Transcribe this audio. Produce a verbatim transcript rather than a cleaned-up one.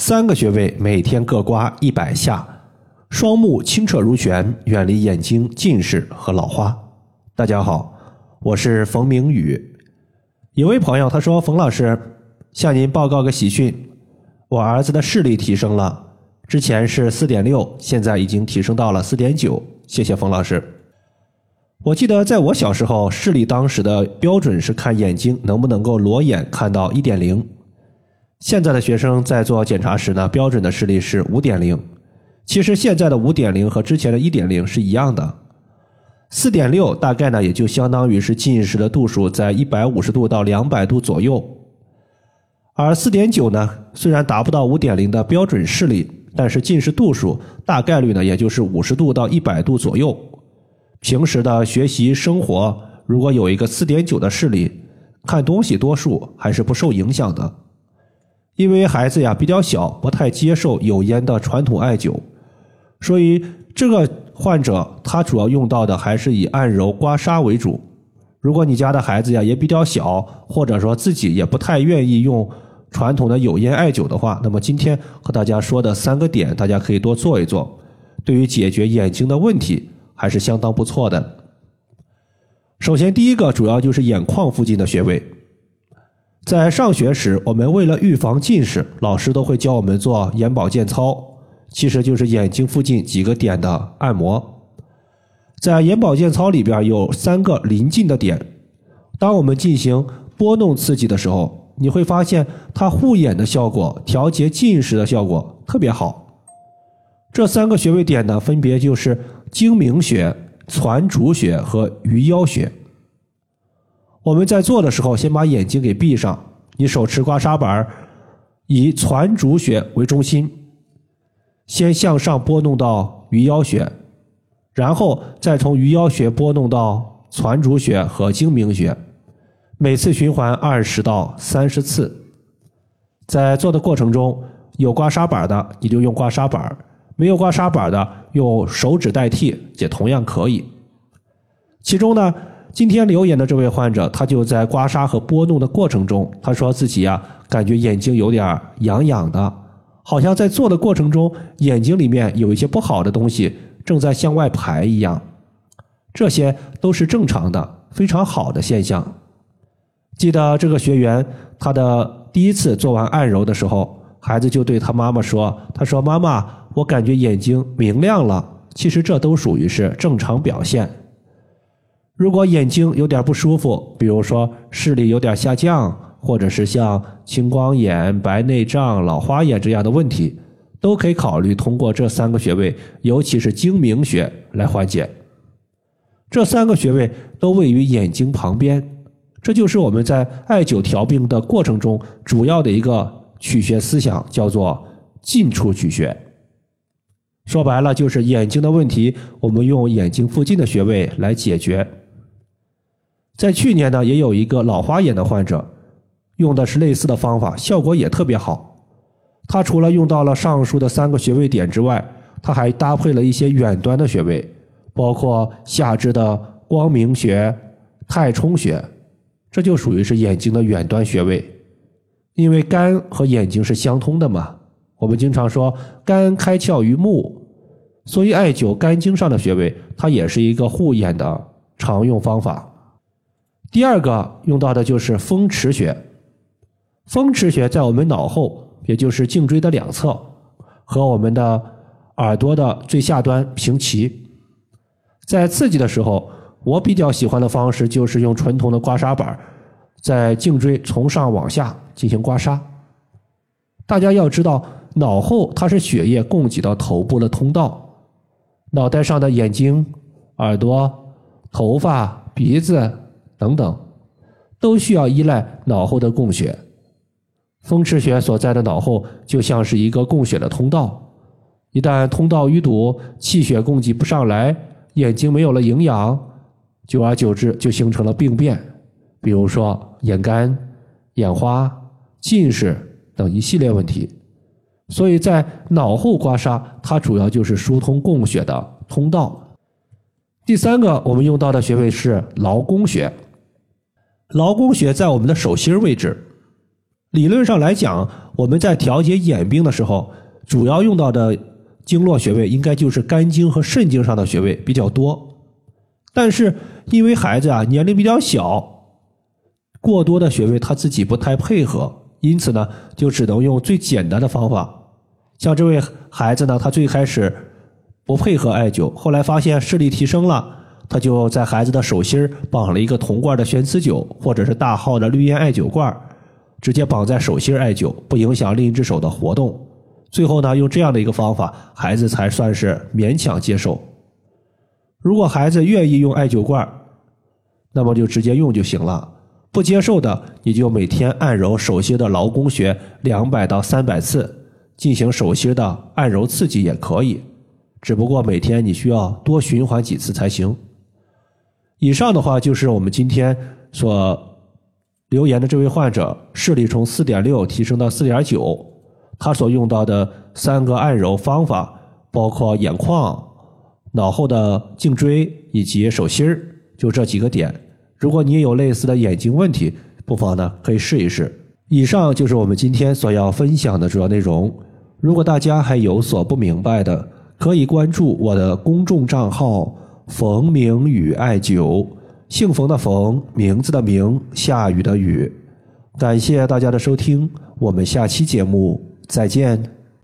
三个穴位每天各刮一百下，双目清澈如泉，远离眼睛近视和老花。大家好，我是冯明宇。有位朋友他说，冯老师，向您报告个喜讯，我儿子的视力提升了，之前是 四点六， 现在已经提升到了 四点九， 谢谢冯老师。我记得在我小时候，视力当时的标准是看眼睛能不能够裸眼看到 一点零， 现在的学生在做检查时呢，标准的视力是 五点零。 其实现在的 五点零 和之前的 一点零 是一样的。 四点六 大概呢也就相当于是近视的度数在一百五十度到两百度左右，而 四点九 呢虽然达不到 五点零 的标准视力，但是近视度数大概率呢也就是五十度到一百度左右。平时的学习生活如果有一个 四点九 的视力，看东西多数还是不受影响的。因为孩子呀比较小，不太接受有烟的传统艾灸，所以这个患者他主要用到的还是以按揉刮痧为主。如果你家的孩子呀也比较小，或者说自己也不太愿意用传统的有烟艾灸的话，那么今天和大家说的三个点大家可以多做一做，对于解决眼睛的问题还是相当不错的。首先第一个主要就是眼眶附近的穴位。在上学时，我们为了预防近视，老师都会教我们做眼保健操，其实就是眼睛附近几个点的按摩。在眼保健操里边有三个临近的点，当我们进行拨弄刺激的时候，你会发现它护眼的效果，调节近视的效果特别好。这三个穴位点呢，分别就是睛明穴、攒竹穴和鱼腰穴。我们在做的时候，先把眼睛给闭上，你手持刮痧板，以攒竹穴为中心，先向上拨弄到鱼腰穴，然后再从鱼腰穴拨弄到攒竹穴和睛明穴，每次循环二十到三十次。在做的过程中，有刮痧板的你就用刮痧板，没有刮痧板的用手指代替也同样可以。其中呢，今天留言的这位患者，他就在刮痧和拨弄的过程中，他说自己呀、啊、感觉眼睛有点痒痒的，好像在做的过程中眼睛里面有一些不好的东西正在向外排一样，这些都是正常的，非常好的现象。记得这个学员他的第一次做完按揉的时候，孩子就对他妈妈说，他说妈妈，我感觉眼睛明亮了。其实这都属于是正常表现。如果眼睛有点不舒服，比如说视力有点下降，或者是像青光眼、白内障、老花眼这样的问题，都可以考虑通过这三个穴位，尤其是睛明穴来缓解。这三个穴位都位于眼睛旁边，这就是我们在艾灸调病的过程中主要的一个取穴思想，叫做近处取穴。说白了就是眼睛的问题，我们用眼睛附近的穴位来解决。在去年呢，也有一个老花眼的患者，用的是类似的方法，效果也特别好。他除了用到了上述的三个穴位点之外，他还搭配了一些远端的穴位，包括下肢的光明穴、太冲穴，这就属于是眼睛的远端穴位。因为肝和眼睛是相通的嘛，我们经常说肝开窍于目，所以艾灸肝经上的穴位，它也是一个护眼的常用方法。第二个用到的就是风池穴。风池穴在我们脑后，也就是颈椎的两侧，和我们的耳朵的最下端平齐。在刺激的时候，我比较喜欢的方式就是用传统的刮痧板，在颈椎从上往下进行刮痧。大家要知道，脑后它是血液供给到头部的通道，脑袋上的眼睛、耳朵、头发、鼻子等等，都需要依赖脑后的供血。风池穴所在的脑后就像是一个供血的通道，一旦通道淤堵，气血供给不上来，眼睛没有了营养，久而久之就形成了病变，比如说眼干、眼花、近视等一系列问题。所以在脑后刮痧，它主要就是疏通供血的通道。第三个我们用到的穴位是劳宫穴。劳宫穴在我们的手心位置， 理论上来讲，我们在调节眼病的时候，主要用到的经络穴位应该就是肝经和肾经上的穴位比较多。但是因为孩子啊年龄比较小，过多的穴位他自己不太配合，因此呢就只能用最简单的方法。像这位孩子呢，他最开始不配合艾灸，后来发现视力提升了，他就在孩子的手心绑了一个铜罐的玄磁灸，或者是大号的绿烟艾灸罐，直接绑在手心艾灸，不影响另一只手的活动。最后呢，用这样的一个方法，孩子才算是勉强接受。如果孩子愿意用艾灸罐，那么就直接用就行了。不接受的，你就每天按揉手心的劳宫穴两百到三百次，进行手心的按揉刺激也可以。只不过每天你需要多循环几次才行。以上的话就是我们今天所留言的这位患者，视力从 四点六 提升到 四点九， 他所用到的三个按揉方法包括眼眶、脑后的颈椎以及手心，就这几个点。如果你也有类似的眼睛问题，不妨呢可以试一试。以上就是我们今天所要分享的主要内容。如果大家还有所不明白的，可以关注我的公众账号冯明宇艾灸，姓冯的冯，名字的名，下雨的雨。感谢大家的收听，我们下期节目再见。